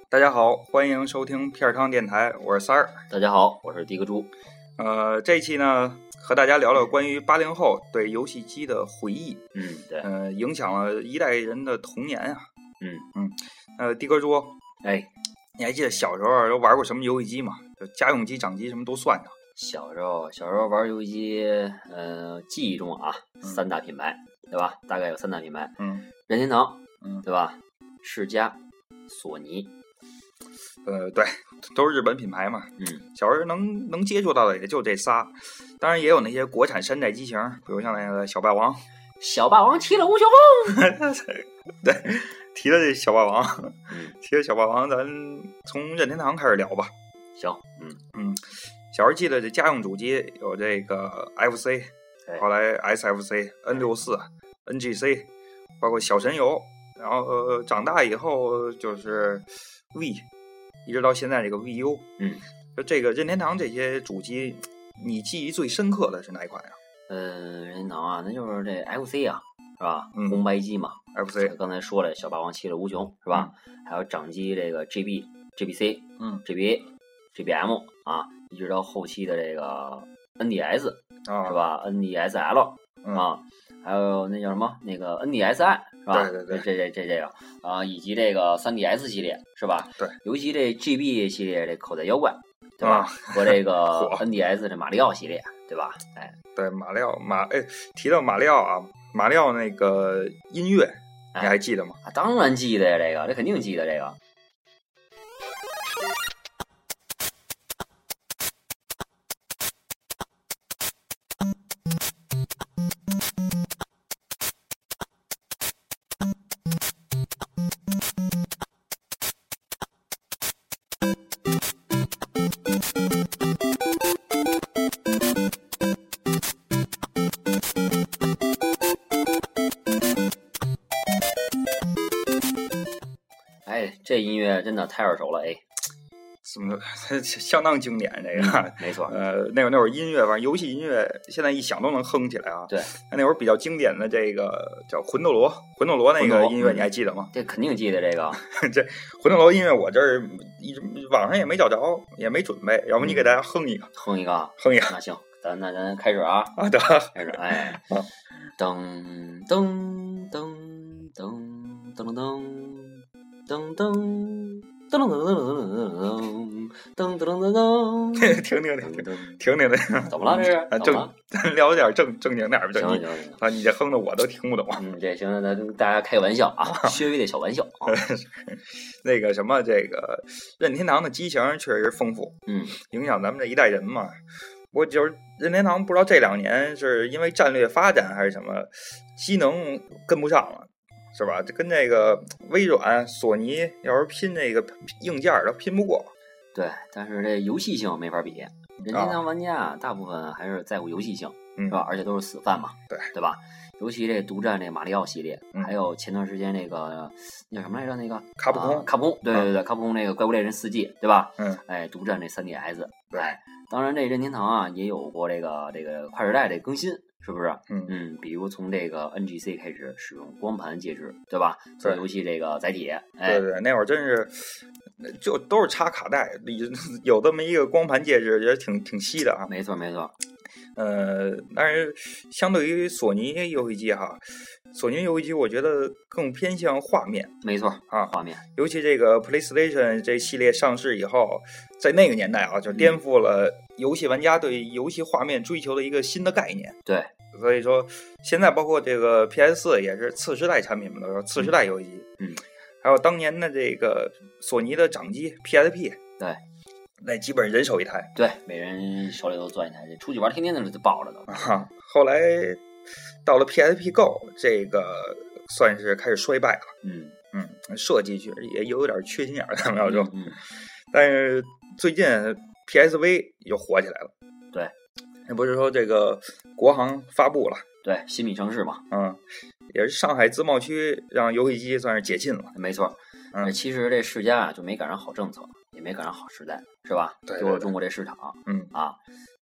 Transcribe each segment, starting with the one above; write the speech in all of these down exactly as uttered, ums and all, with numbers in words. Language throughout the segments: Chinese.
大家好，欢迎收听片儿汤电台，我是三儿。 大家好，我是迪克猪。 呃，这一期呢，和大家聊聊关于八零后对游戏机的回忆。 嗯，对， 呃，影响了一代人的童年啊。 嗯嗯，呃，迪克猪， 哎， 你还记得小时候都玩过什么游戏机吗？就家用机、掌机什么都算上。 小时候，小时候玩游戏机，呃，记忆中啊， 嗯、 三大品牌，对吧？大概有三大品牌， 嗯， 任天堂， 嗯， 对吧？世嘉、索尼。 呃，对，都是日本品牌嘛。 嗯， 小时候能能接触到的也就这仨，当然也有那些国产山寨机型，比如像那个小霸王。 小霸王其乐无穷。 对，提了这小霸王， 嗯， 提了小霸王，咱从任天堂开始聊吧。 行，嗯嗯，小时候记得这家用主机有这个 F C， 后来 S F C、N 六十四、N G C， 包括小神游，然后、呃、长大以后就是 V， 一直到现在这个 V U。 嗯， 就这个任天堂这些主机，你记忆最深刻的是哪一款呀、啊？ 呃，任天堂啊，那就是这 F C 啊，是吧？ 嗯、 红白机嘛 ，F C。 刚才说了，小霸王其乐无穷，是吧？嗯、还有掌机这个 G B、G B C， 嗯 ，G B A、G B M 啊，一直到后期的这个 N D S，、 啊、 是吧 ？N D S L、嗯、啊，还有那叫什么那个 N D S I， 是吧？ 对对对， 这这这这个啊，以及这个 三 D S 系列，是吧？ 对， 尤其这 G B 系列这口袋妖怪，对吧？啊、和这个 N D S 这马里奥系列，对吧？哎， 对，马里奥马哎，提到马里奥啊，马里奥那个音乐，你还记得吗？ 啊，当然记得呀，这个这肯定记得这个。哎，这音乐真的太耳熟了，哎， 什么相当经典，这个、 嗯、没错。 呃，那会儿那会儿音乐，反正游戏音乐，现在一想都能哼起来啊。 对， 那会儿比较经典的这个叫魂斗罗，魂斗罗那个音乐你还记得吗？ 这肯定记得这个。 这魂斗罗音乐我这儿一直网上也没找着，也没准备，要不你给大家哼一个， 嗯、哼一个， 哼一个。 那行，咱那咱开始啊。 啊，得开始，哎，噔噔噔噔噔噔噔。噔噔噔噔噔噔噔噔噔噔噔， 停停停停停停停， 怎么了这是？ 正咱聊点正正经点儿的。 行行行啊，你这哼的我都听不懂。 嗯，这行，咱跟大家开个玩笑啊，稍微的小玩笑啊。 那个什么，这个任天堂的机型确实丰富， 嗯， 影响咱们这一代人嘛。我就是任天堂，不知道这两年是因为战略发展还是什么，机能跟不上了。是吧？这跟这个微软、索尼要是拼这个硬件都拼不过。 对，但是这游戏性没法比。任天堂玩家大部分还是在乎游戏性， 嗯、 是吧？而且都是死fan嘛， 对对吧？尤其这独占这马里奥系列， 嗯、 还有前段时间那个那叫什么来着？那个卡普空， 啊、卡普空，对对对，嗯、卡普空那个怪物猎人四 G， 对吧？ 嗯， 哎，独占这 三 D S， 对。 哎，当然这任天堂啊也有过这个这个跨时代的更新。是不是？ 嗯嗯，比如从这个 N G C 开始使用光盘介质，对吧？做游戏这个载体，哎， 对对，那会儿真是就都是插卡带，有这么一个光盘介质，也挺挺稀的啊。 没错没错。 呃，但是相对于索尼游戏机哈，索尼游戏机我觉得更偏向画面。 没错啊， 画面。 尤其这个 PlayStation 这系列上市以后，在那个年代啊，就颠覆了游戏玩家对游戏画面追求的一个新的概念。 对， 所以说现在包括这个 P S 四 也是次时代产品嘛，都是次时代游戏机。 嗯， 还有当年的这个索尼的掌机 P S P。 对。 那基本人手一台， 对，每人手里都攥一台，出去玩天天的就抱着都。 啊，后来到了 P S P Go， 这个算是开始衰败了。 嗯嗯，设计确实也有点缺心眼儿，咱们要说。 嗯， 但是最近 P S V 又火起来了。 对， 那不是说这个国行发布了？ 对，新米城市嘛。 嗯，也是上海自贸区让游戏机算是解禁了。 没错。嗯，其实这世嘉啊就没赶上好政策，也没赶上好时代，是吧？ 对， 丢了中国这市场。 嗯啊，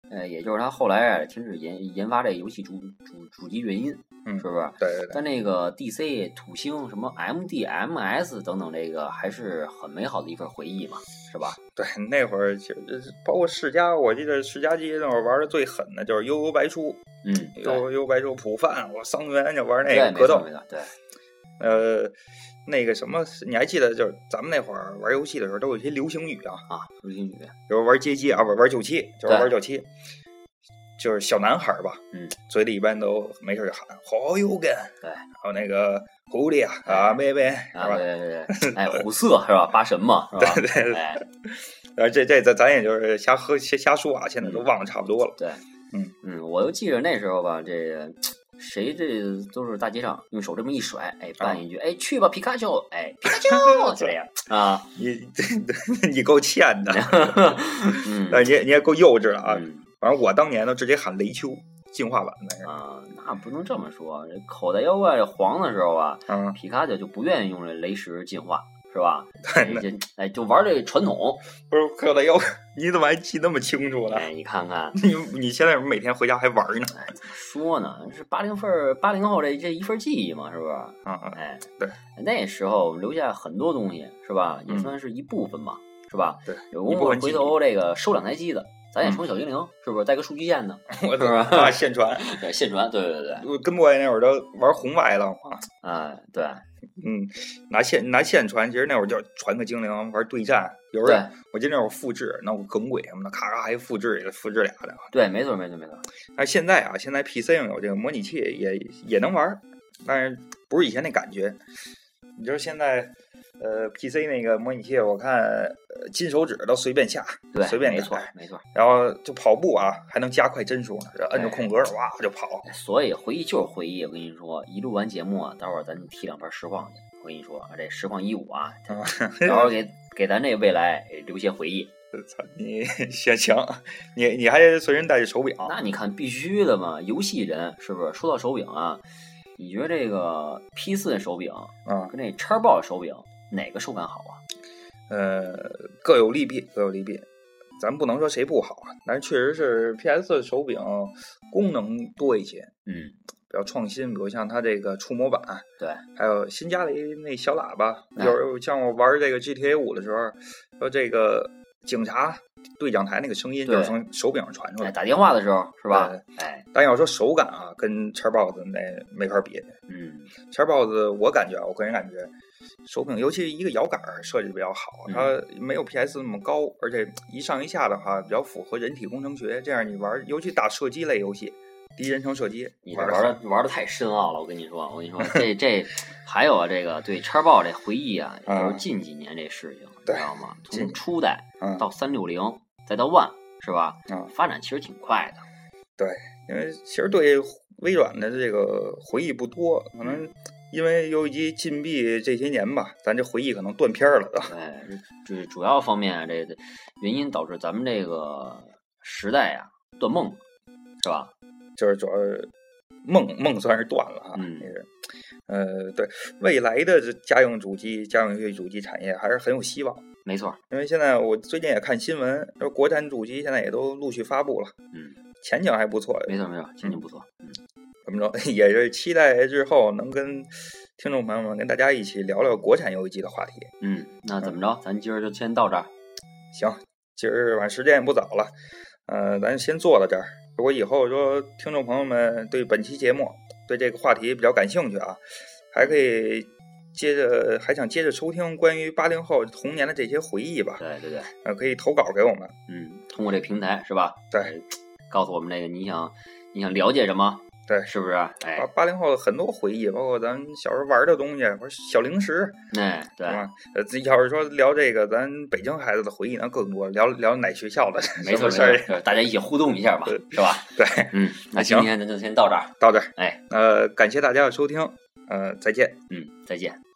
呃，也就是他后来啊停止研研发这个游戏主主主机原因， 嗯， 是不是？ 对对对。 但那个 D C 土星什么 M D M S 等等，这个还是很美好的一份回忆嘛，是吧？ 对，那会儿其实包括世嘉，我记得世嘉机那会儿玩的最狠的就是悠悠白书， 嗯， 悠悠白书普范，我桑园就玩那个格斗， 对， 呃，那个什么，你还记得就是咱们那会儿玩游戏的时候都有一些流行语啊啊，流行语， 比如玩街机啊，玩玩九七，就是玩九七。就是小男孩吧， 嗯， 嘴里一般都没事就喊好有根， 对， 还有那个狐狸啊啊，妹妹， 是吧？对对对，哎，虎色是吧？八神嘛，是吧？ 对对对，哎，然后这这咱咱也就是瞎喝瞎瞎说啊，现在都忘了差不多了。 对， 嗯嗯，我就记着那时候吧，这谁这都是大街上用手这么一甩，哎，扮一句，哎，去吧皮卡丘，哎，皮卡丘，就这样啊， 你你够欠的， 嗯， 但是你你也够幼稚了啊。 嗯反正我当年都直接喊雷丘进化版的啊，那不能这么说。这口袋妖怪黄的时候啊， 嗯， 皮卡丘就不愿意用这雷石进化，是吧？哎，这哎就玩这传统。 不是口袋妖怪，你怎么还记那么清楚呢？ 哎，你看看， 你你现在每天回家还玩呢？ 哎，怎么说呢？是八零份八零后这这一份记忆嘛，是不是？ 啊、嗯， 哎， 对， 那时候我们留下很多东西，是吧？也算是一部分嘛，嗯、是吧？ 对， 有功夫回头这个收两台机子。咱也成小精灵，嗯、是不是带个数据线呢？ 我是不是？ 啊，线传， 对，线传，对对对。 我跟 boy 那会儿都玩红外了嘛。 啊，对， 嗯，拿线拿线传，其实那会儿就传个精灵玩对战，有时候我记得那会儿复制，那我恶魔鬼什么的，咔咔还复制一个，复制俩的。 对，没错没错没错。 但是现在啊，现在 P C 上有这个模拟器也也能玩，但是不是以前那感觉。你知道现在。呃 ，P C 那个模拟器，我看呃金手指都随便下， 对， 随便没错没错。 然后就跑步啊，还能加快帧数呢，摁着空格哇就跑。 所以回忆就是回忆，我跟你说，一录完节目啊，待会儿咱提两盘实况去。我跟你说，这实况一五啊，待会儿给给咱这未来留些回忆。 操你行行，你你还随身带着手表？ 那你看必须的嘛，游戏人是不是？说到手柄啊，你觉得这个 P 四 手柄啊，跟那 Xbox 手柄？哪个手感好啊？ 呃，各有利弊，各有利弊。咱不能说谁不好啊，但是确实是 P S 手柄功能多一些， 嗯， 比较创新。比如像它这个触摸板， 对， 还有新加了一那小喇叭。有像我玩这个 G T A 五的时候，说这个警察对讲台那个声音就是从手柄上传出来， 哎，打电话的时候是吧？哎， 但要说手感啊，跟 Xbox 那没法比。 嗯 ，Xbox 我感觉啊，我个人感觉。手柄，尤其一个摇杆设计比较好，它没有 P S 那么高，而且一上一下的话比较符合人体工程学。这样你玩，尤其打射击类游戏，第一人称射击， 你玩的玩的太深奥了。我跟你说，我跟你说，这这还有啊，这个对Xbox这回忆啊，就是近几年这事情，你知道吗？从初代到三六零，再到 One， 是吧？ 嗯， 发展其实挺快的。 对，因为其实对微软的这个回忆不多，可能。因为游戏机禁闭这些年吧，咱这回忆可能断片了都。 对，这主要方面这原因导致咱们这个时代啊断梦，是吧？ 就是主要梦梦算是断了啊。 嗯， 是，呃，对未来的家用主机、家用游戏主机产业还是很有希望。 没错， 因为现在我最近也看新闻，说国产主机现在也都陆续发布了。 嗯， 前景还不错。 没错没错，前景不错。嗯。 怎么着，也是期待日后能跟听众朋友们跟大家一起聊聊国产游戏机的话题。 嗯，那怎么着，咱今儿就先到这儿。 行，今儿晚时间也不早了，呃，咱先做到这儿。如果以后说听众朋友们对本期节目对这个话题比较感兴趣啊，还可以接着还想接着收听关于八零后童年的这些回忆吧。 对对对， 呃，可以投稿给我们。 嗯，通过这平台是吧？ 对， 告诉我们这个你想你想了解什么。 对， 是不是？哎， 八零后很多回忆，包括咱小时候玩的东西，或者小零食， 哎，对吧？呃，要是说聊这个，咱北京孩子的回忆那更多，聊聊哪学校的， 没错，没错，大家一起互动一下嘛，是吧？ 对， 嗯，那今天咱就先到这儿， 到这儿， 哎， 呃，感谢大家的收听，呃，再见， 嗯，再见。